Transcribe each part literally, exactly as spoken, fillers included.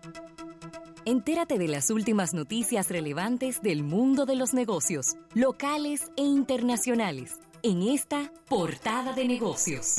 Entérate de las últimas noticias relevantes del mundo de los negocios, locales e internacionales, en esta Portada de Negocios.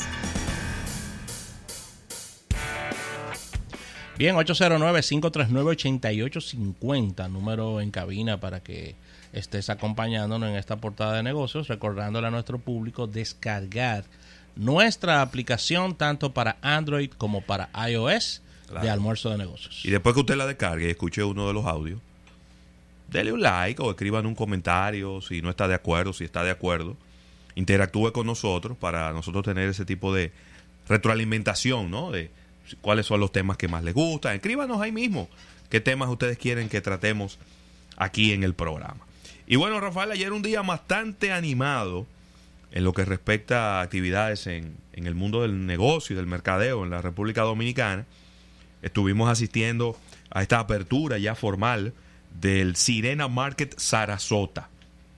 Bien, ocho cero nueve, cinco tres nueve, ocho ocho cinco cero, número en cabina para que estés acompañándonos en esta Portada de Negocios, recordándole a nuestro público descargar nuestra aplicación tanto para Android como para iOS. Claro. De Almuerzo de Negocios. Y después que usted la descargue y escuche uno de los audios, dele un like o escriban un comentario si no está de acuerdo, si está de acuerdo. Interactúe con nosotros para nosotros tener ese tipo de retroalimentación, ¿no? De cuáles son los temas que más les gustan. Escríbanos ahí mismo qué temas ustedes quieren que tratemos aquí en el programa. Y bueno, Rafael, ayer un día bastante animado en lo que respecta a actividades en, en el mundo del negocio y del mercadeo en la República Dominicana. Estuvimos asistiendo a esta apertura ya formal del Sirena Market Sarasota.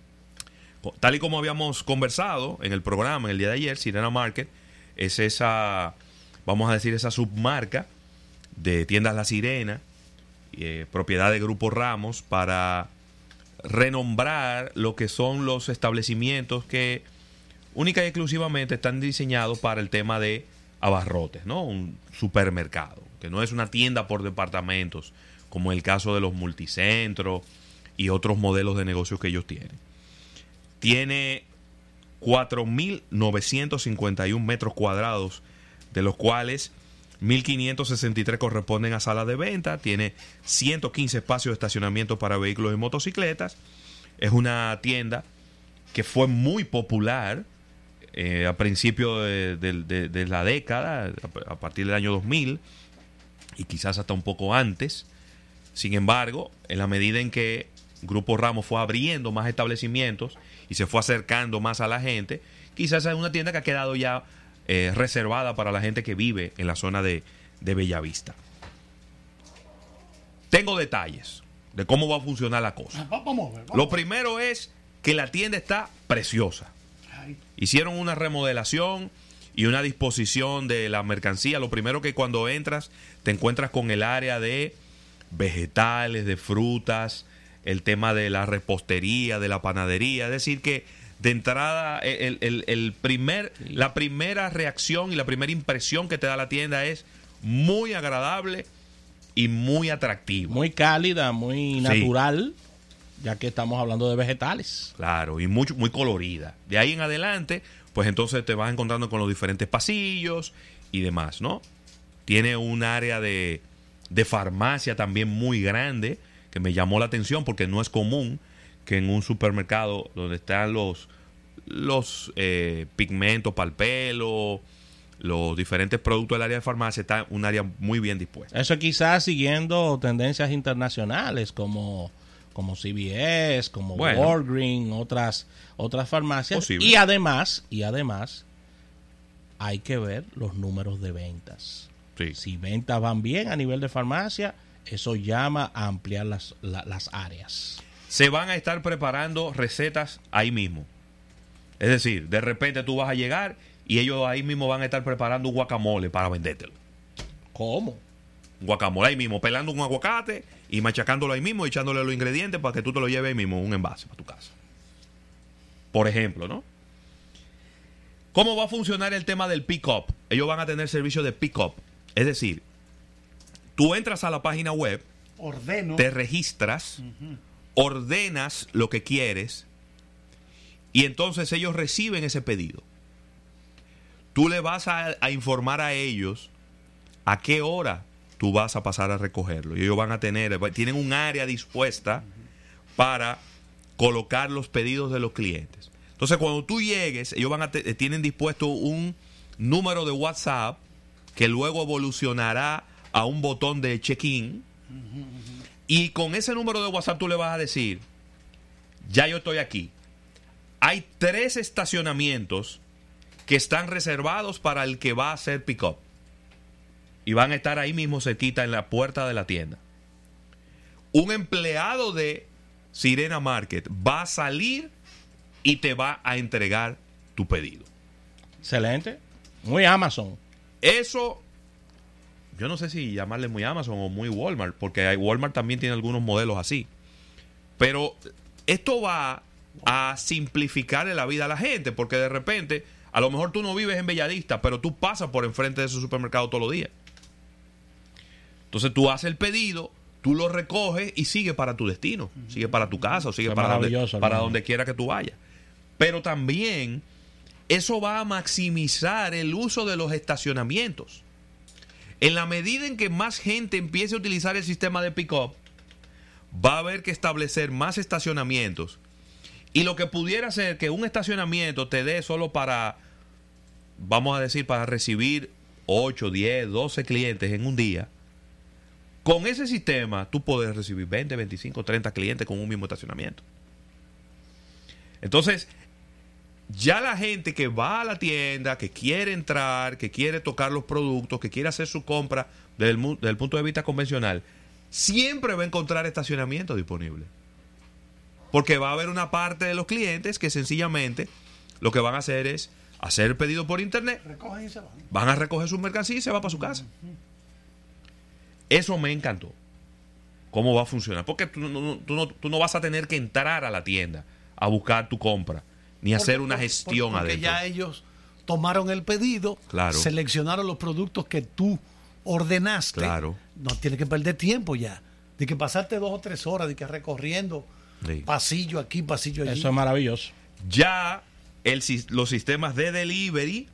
Tal y como habíamos conversado en el programa en el día de ayer, Sirena Market es esa, vamos a decir, esa submarca de tiendas La Sirena, eh, propiedad de Grupo Ramos, para renombrar lo que son los establecimientos que única y exclusivamente están diseñados para el tema de abarrotes, ¿no? Un supermercado, que no es una tienda por departamentos, como el caso de los multicentros y otros modelos de negocios que ellos tienen. Tiene cuatro mil novecientos cincuenta y uno metros cuadrados, de los cuales mil quinientos sesenta y tres corresponden a salas de venta. Tiene ciento quince espacios de estacionamiento para vehículos y motocicletas. Es una tienda que fue muy popular eh, a principios de, de, de, de la década, a partir del año dos mil, y quizás hasta un poco antes. Sin embargo, en la medida en que Grupo Ramos fue abriendo más establecimientos y se fue acercando más a la gente, quizás es una tienda que ha quedado ya eh, reservada para la gente que vive en la zona de, de Bellavista. Tengo detalles de cómo va a funcionar la cosa. Vamos a ver, vamos. Lo primero es que la tienda está preciosa. Hicieron una remodelación y una disposición de la mercancía. Lo primero que cuando entras te encuentras con el área de vegetales, de frutas, el tema de la repostería, de la panadería. Es decir que de entrada el, el, el primer, la primera reacción y la primera impresión que te da la tienda es muy agradable y muy atractiva. Muy cálida, muy natural, sí, ya que estamos hablando de vegetales. Claro, y muy, muy colorida. De ahí en adelante, pues entonces te vas encontrando con los diferentes pasillos y demás, ¿no? Tiene un área de, de farmacia también muy grande, que me llamó la atención porque no es común que en un supermercado donde están los, los eh, pigmentos para el pelo, los diferentes productos del área de farmacia, está un área muy bien dispuesta. Eso quizás siguiendo tendencias internacionales como, como C V S, como bueno, Walgreens, otras, otras farmacias. Posible. Y además, y además hay que ver los números de ventas. Sí. Si ventas van bien a nivel de farmacia, eso llama a ampliar las, la, las áreas. Se van a estar preparando recetas ahí mismo. Es decir, de repente tú vas a llegar y ellos ahí mismo van a estar preparando un guacamole para vendértelo. ¿Cómo? Un guacamole ahí mismo, pelando un aguacate y machacándolo ahí mismo, echándole los ingredientes para que tú te lo lleves ahí mismo, un envase para tu casa. Por ejemplo, ¿no? ¿Cómo va a funcionar el tema del pick-up? Ellos van a tener servicio de pick-up. Es decir, tú entras a la página web, ordeno, te registras, uh-huh, ordenas lo que quieres y entonces ellos reciben ese pedido. Tú le vas a, a informar a ellos a qué hora tú vas a pasar a recogerlo. Y ellos van a tener, tienen un área dispuesta uh-huh para colocar los pedidos de los clientes. Entonces, cuando tú llegues, ellos van a te, tienen dispuesto un número de WhatsApp que luego evolucionará a un botón de check-in. Uh-huh, uh-huh. Y con ese número de WhatsApp tú le vas a decir, ya yo estoy aquí. Hay tres estacionamientos que están reservados para el que va a hacer pick-up. Y van a estar ahí mismo cerquita en la puerta de la tienda. Un empleado de Sirena Market va a salir y te va a entregar tu pedido. Excelente. Muy Amazon. Eso yo no sé si llamarle muy Amazon o muy Walmart, porque hay, Walmart también tiene algunos modelos así. Pero esto va a simplificarle la vida a la gente, porque de repente, a lo mejor tú no vives en Bellavista, pero tú pasas por enfrente de ese supermercado todos los días. Entonces tú haces el pedido, tú lo recoges y sigue para tu destino, sigue para tu casa o sigue para donde, para donde quiera que tú vayas. Pero también eso va a maximizar el uso de los estacionamientos. En la medida en que más gente empiece a utilizar el sistema de pick-up, va a haber que establecer más estacionamientos. Y lo que pudiera ser que un estacionamiento te dé solo para, vamos a decir, para recibir ocho, diez, doce clientes en un día, con ese sistema tú puedes recibir veinte, veinticinco, treinta clientes con un mismo estacionamiento. Entonces, ya la gente que va a la tienda, que quiere entrar, que quiere tocar los productos, que quiere hacer su compra desde el, desde el punto de vista convencional, siempre va a encontrar estacionamiento disponible. Porque va a haber una parte de los clientes que sencillamente lo que van a hacer es hacer el pedido por internet, recogen y se van. Van a recoger su mercancía y se va para su casa. Eso me encantó. ¿Cómo va a funcionar? Porque tú, no, tú, no, tú no vas a tener que entrar a la tienda a buscar tu compra, ni porque, hacer una gestión porque adentro. Porque ya ellos tomaron el pedido, claro. seleccionaron los productos que tú ordenaste. Claro. No tienes que perder tiempo ya. De que pasarte dos o tres horas de que recorriendo sí. pasillo aquí, pasillo allí. Eso es maravilloso. Ya el, los sistemas de delivery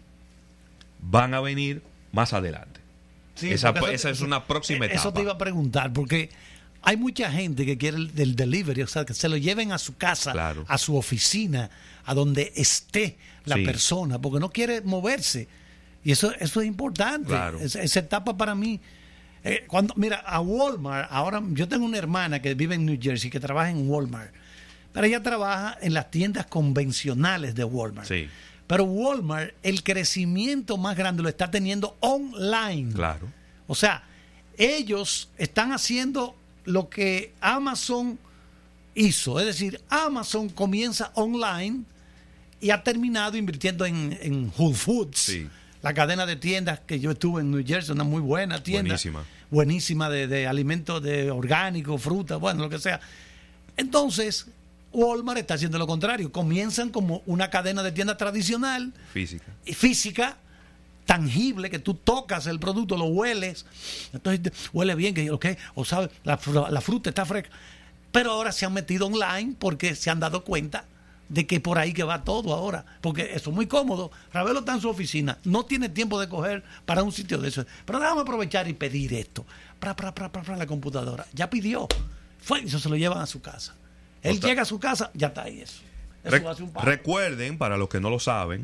van a venir más adelante. Sí, esa, eso, esa es una próxima etapa. Eso te iba a preguntar, porque hay mucha gente que quiere el, el delivery, o sea, que se lo lleven a su casa, claro. a su oficina, a donde esté la sí. persona, porque no quiere moverse. Y eso, eso es importante. Claro. Es, esa etapa para mí. Eh, cuando mira, a Walmart, ahora yo tengo una hermana que vive en New Jersey, que trabaja en Walmart, pero ella trabaja en las tiendas convencionales de Walmart. Sí. Pero Walmart, el crecimiento más grande lo está teniendo online. Claro. O sea, ellos están haciendo lo que Amazon hizo. Es decir, Amazon comienza online y ha terminado invirtiendo en, en Whole Foods. Sí. La cadena de tiendas que yo estuve en New Jersey, una muy buena tienda. Buenísima. Buenísima de, de alimentos de orgánicos, frutas, bueno, lo que sea. Entonces, Walmart está haciendo lo contrario. Comienzan como una cadena de tiendas tradicional. Física. Física, tangible, que tú tocas el producto, lo hueles. Entonces, huele bien, que okay, o sabes, la, la fruta está fresca. Pero ahora se han metido online porque se han dado cuenta de que por ahí que va todo ahora. Porque eso es muy cómodo. Ravelo está en su oficina. No tiene tiempo de coger para un sitio de eso. Pero déjame aprovechar y pedir esto. Pra, pra, pra, pra, pra, la computadora. Ya pidió. Fue y eso se lo llevan a su casa. Él Otra. llega a su casa, ya está ahí eso. eso Re- hace un recuerden, para los que no lo saben,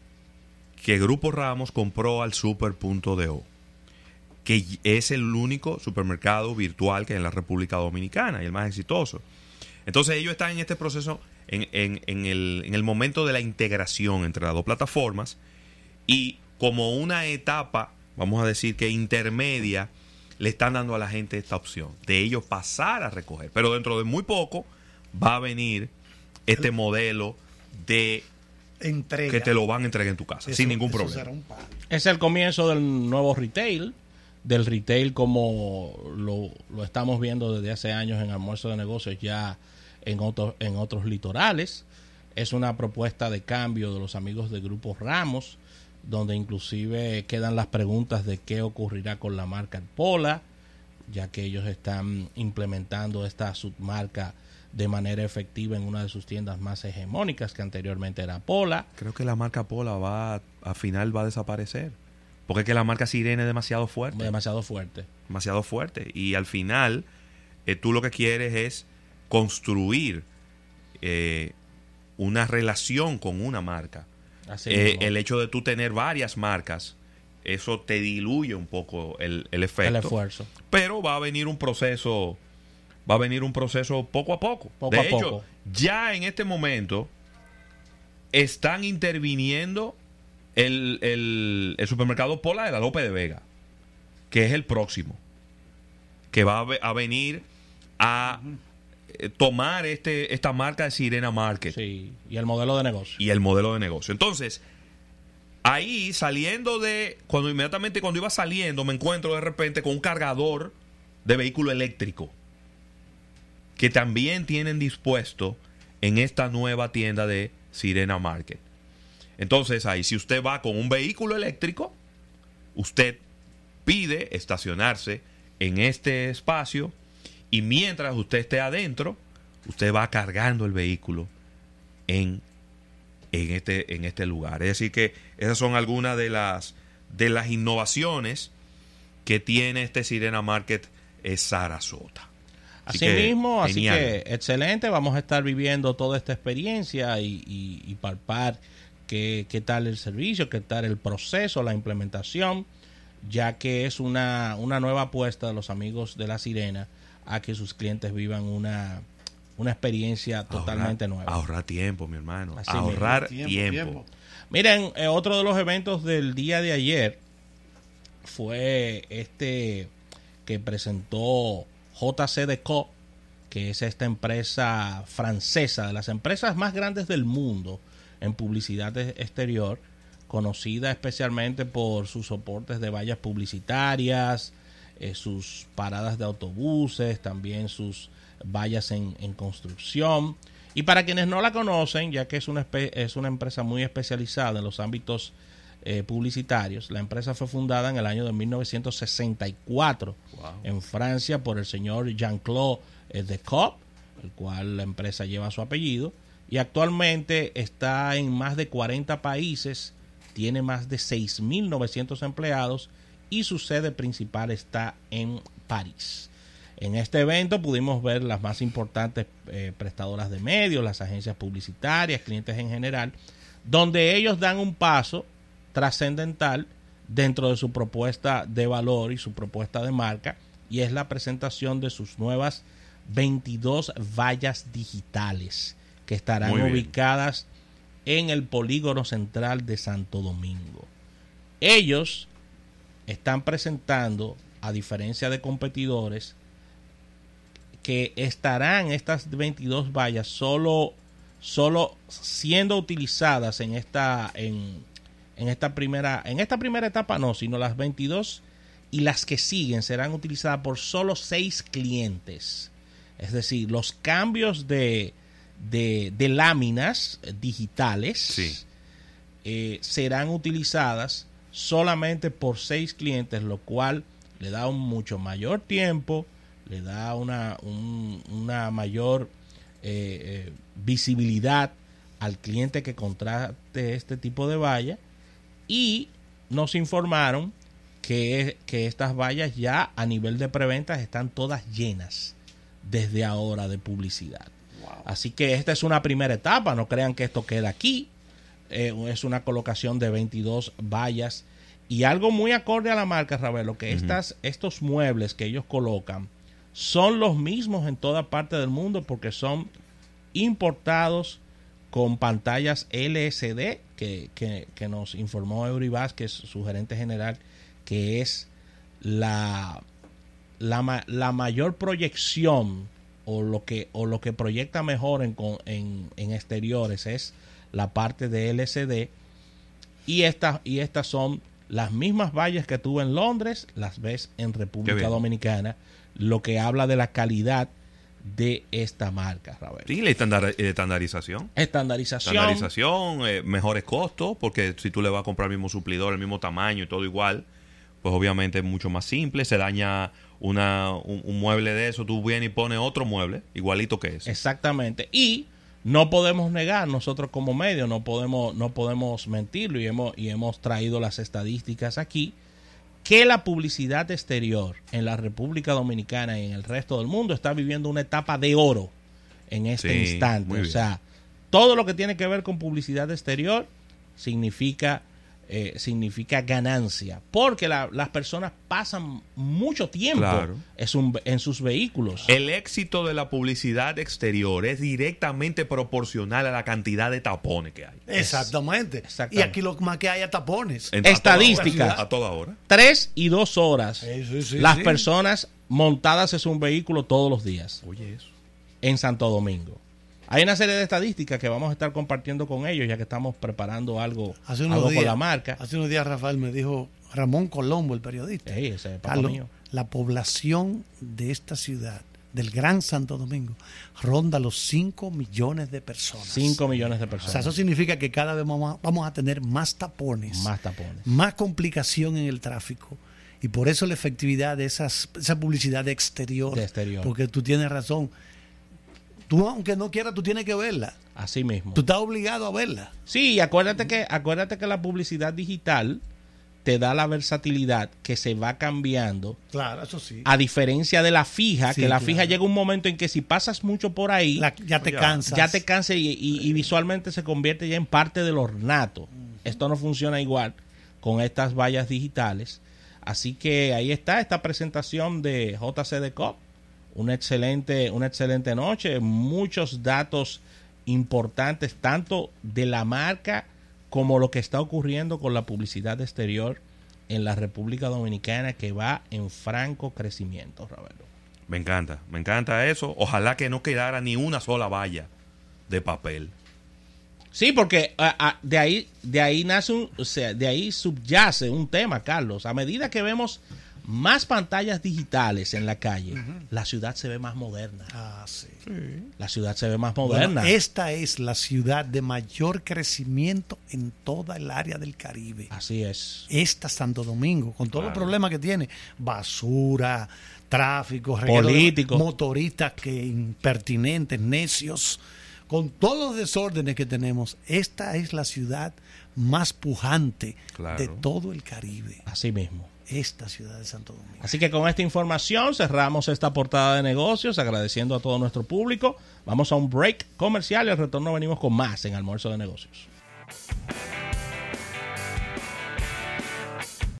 que Grupo Ramos compró al super punto do, que es el único supermercado virtual que hay en la República Dominicana y el más exitoso. Entonces ellos están en este proceso, en, en, en, el, en el momento de la integración entre las dos plataformas, y como una etapa, vamos a decir que intermedia, le están dando a la gente esta opción de ellos pasar a recoger. Pero dentro de muy poco va a venir este modelo de entrega, que te lo van a entregar en tu casa, eso, sin ningún problema. Es el comienzo del nuevo retail, del retail como lo, lo estamos viendo desde hace años en Almuerzo de Negocios, ya en, otro, en otros litorales. Es una propuesta de cambio de los amigos de Grupo Ramos, donde inclusive quedan las preguntas de qué ocurrirá con la marca Pola, ya que ellos están implementando esta submarca de manera efectiva en una de sus tiendas más hegemónicas, que anteriormente era Pola. Creo que la marca Pola va a final va a desaparecer, porque es que la marca Sirena es demasiado fuerte. Demasiado fuerte. Demasiado fuerte. Y al final, eh, tú lo que quieres es construir eh, una relación con una marca. Así eh, el hecho de tú tener varias marcas, eso te diluye un poco el, el efecto. El esfuerzo. Pero va a venir un proceso... Va a venir un proceso poco a poco. poco de a hecho, poco. ya en este momento están interviniendo el, el, el supermercado Pola de la Lope de Vega, que es el próximo, que va a, a venir a uh-huh. tomar este esta marca de Sirena Market. Sí, y el modelo de negocio. Y el modelo de negocio. Entonces, Ahí saliendo de, cuando inmediatamente cuando iba saliendo, me encuentro de repente con un cargador de vehículo eléctrico que también tienen dispuesto en esta nueva tienda de Sirena Market. Entonces ahí, si usted va con un vehículo eléctrico, usted pide estacionarse en este espacio y mientras usted esté adentro, usted va cargando el vehículo en en este en este lugar. Es decir que esas son algunas de las de las innovaciones que tiene este Sirena Market es Sarasota. Así, así mismo, así que excelente, vamos a estar viviendo toda esta experiencia y, y, y palpar qué, qué tal el servicio, qué tal el proceso, la implementación, ya que es una, una nueva apuesta de los amigos de La Sirena a que sus clientes vivan una una experiencia totalmente ahorrar, nueva. Ahorrar tiempo, mi hermano. Así ahorrar tiempo, tiempo. tiempo. Miren, eh, otro de los eventos del día de ayer fue este que presentó J C Deco, que es esta empresa francesa, de las empresas más grandes del mundo en publicidad exterior, conocida especialmente por sus soportes de vallas publicitarias, eh, sus paradas de autobuses, también sus vallas en, en construcción. Y para quienes no la conocen, ya que es una, es una empresa muy especializada en los ámbitos eh, publicitarios, la empresa fue fundada en el año de mil novecientos sesenta y cuatro wow. en Francia por el señor Jean-Claude eh, Decaux, el cual la empresa lleva su apellido, y actualmente está en más de cuarenta países, tiene más de seis mil novecientos empleados y su sede principal está en París. En este evento pudimos ver las más importantes eh, prestadoras de medios, las agencias publicitarias, clientes en general, donde ellos dan un paso trascendental dentro de su propuesta de valor y su propuesta de marca, y es la presentación de sus nuevas veintidós vallas digitales que estarán ubicadas en el polígono central de Santo Domingo. Ellos están presentando, a diferencia de competidores, que estarán estas veintidós vallas solo, solo siendo utilizadas en esta en, en esta primera en esta primera etapa no, sino las veintidós y las que siguen serán utilizadas por solo seis clientes. Es decir, los cambios de, de, de láminas digitales sí. eh, serán utilizadas solamente por seis clientes, lo cual le da un mucho mayor tiempo, le da una, un, una mayor eh, eh, visibilidad al cliente que contrate este tipo de valla, y nos informaron que, que estas vallas ya a nivel de preventas están todas llenas desde ahora de publicidad. Wow. Así que esta es una primera etapa, no crean que esto queda aquí, eh, es una colocación de veintidós vallas y algo muy acorde a la marca, Ravelo, que uh-huh. estas, estos muebles que ellos colocan son los mismos en toda parte del mundo porque son importados con pantallas L C D que, que, que nos informó Eury Vázquez, su gerente general, que es la, la, la mayor proyección o lo que, o lo que proyecta mejor en, en, en exteriores es la parte de L C D, y estas, y estas son las mismas vallas que tuve en Londres, las ves en República Dominicana, lo que habla de la calidad de esta marca, Ravel. Sí, la estandar estandarización. Estandarización. Estandarización, eh, mejores costos, porque si tú le vas a comprar el mismo suplidor, el mismo tamaño y todo igual, pues obviamente es mucho más simple. Se daña una, un, un mueble de eso, tú vienes y pones otro mueble, igualito que ese. Exactamente. Y no podemos negar, nosotros como medio, no podemos, no podemos mentirlo, y hemos, y hemos traído las estadísticas aquí, que la publicidad exterior en la República Dominicana y en el resto del mundo está viviendo una etapa de oro en este sí, instante. O sea, todo lo que tiene que ver con publicidad exterior significa, eh, significa ganancia, porque la, las personas pasan mucho tiempo claro. en, su, en sus vehículos. El éxito de la publicidad exterior es directamente proporcional a la cantidad de tapones que hay. Exactamente. Exactamente. Y aquí lo más que hay es tapones. En, Estadísticas. A toda hora. Tres y dos horas. Sí, sí, sí, las sí. personas montadas en un vehículo todos los días. Oye, eso. En Santo Domingo. Hay una serie de estadísticas que vamos a estar compartiendo con ellos, ya que estamos preparando algo, hace unos algo días, con la marca. Hace unos días Rafael me dijo, Ramón Colombo, el periodista, Ey, ese papá Carlos, mío. la población de esta ciudad, del Gran Santo Domingo, ronda los cinco millones de personas. cinco millones de O personas. sea, eso significa que cada vez vamos a, vamos a tener más tapones, Más tapones. más complicación en el tráfico. Y por eso la efectividad de esas, esa publicidad de exterior. De exterior. Porque tú tienes razón. Tú, aunque no quieras, tú tienes que verla. Así mismo. Tú estás obligado a verla. Sí, y acuérdate que, acuérdate que la publicidad digital te da la versatilidad que se va cambiando. Claro, eso sí. A diferencia de la fija, Sí, que la claro. fija llega un momento en que si pasas mucho por ahí, La- ya te Ya. cansas. ya te cansa y, y- y visualmente se convierte ya en parte del ornato. Esto no funciona igual con estas vallas digitales. Así que ahí está esta presentación de J C D Cop. Una excelente, una excelente noche. Muchos datos importantes, tanto de la marca como lo que está ocurriendo con la publicidad exterior en la República Dominicana, que va en franco crecimiento, Roberto. Me encanta, me encanta eso. Ojalá que no quedara ni una sola valla de papel. Sí, porque a, a, de ahí de ahí nace un, o sea, de ahí subyace un tema, Carlos. A medida que vemos más pantallas digitales en la calle, uh-huh. la ciudad se ve más moderna. Ah, sí. La ciudad se ve más moderna. Bueno, esta es la ciudad de mayor crecimiento en toda el área del Caribe. Así es. Esta Santo Domingo, con todos Claro. los problemas que tiene, basura, tráfico, Político. motoristas que impertinentes, necios, con todos los desórdenes que tenemos, esta es la ciudad más pujante Claro. de todo el Caribe. Así mismo. Esta ciudad de Santo Domingo. Así que con esta información cerramos esta portada de negocios, agradeciendo a todo nuestro público. Vamos a un break comercial y al retorno venimos con más en Almuerzo de Negocios.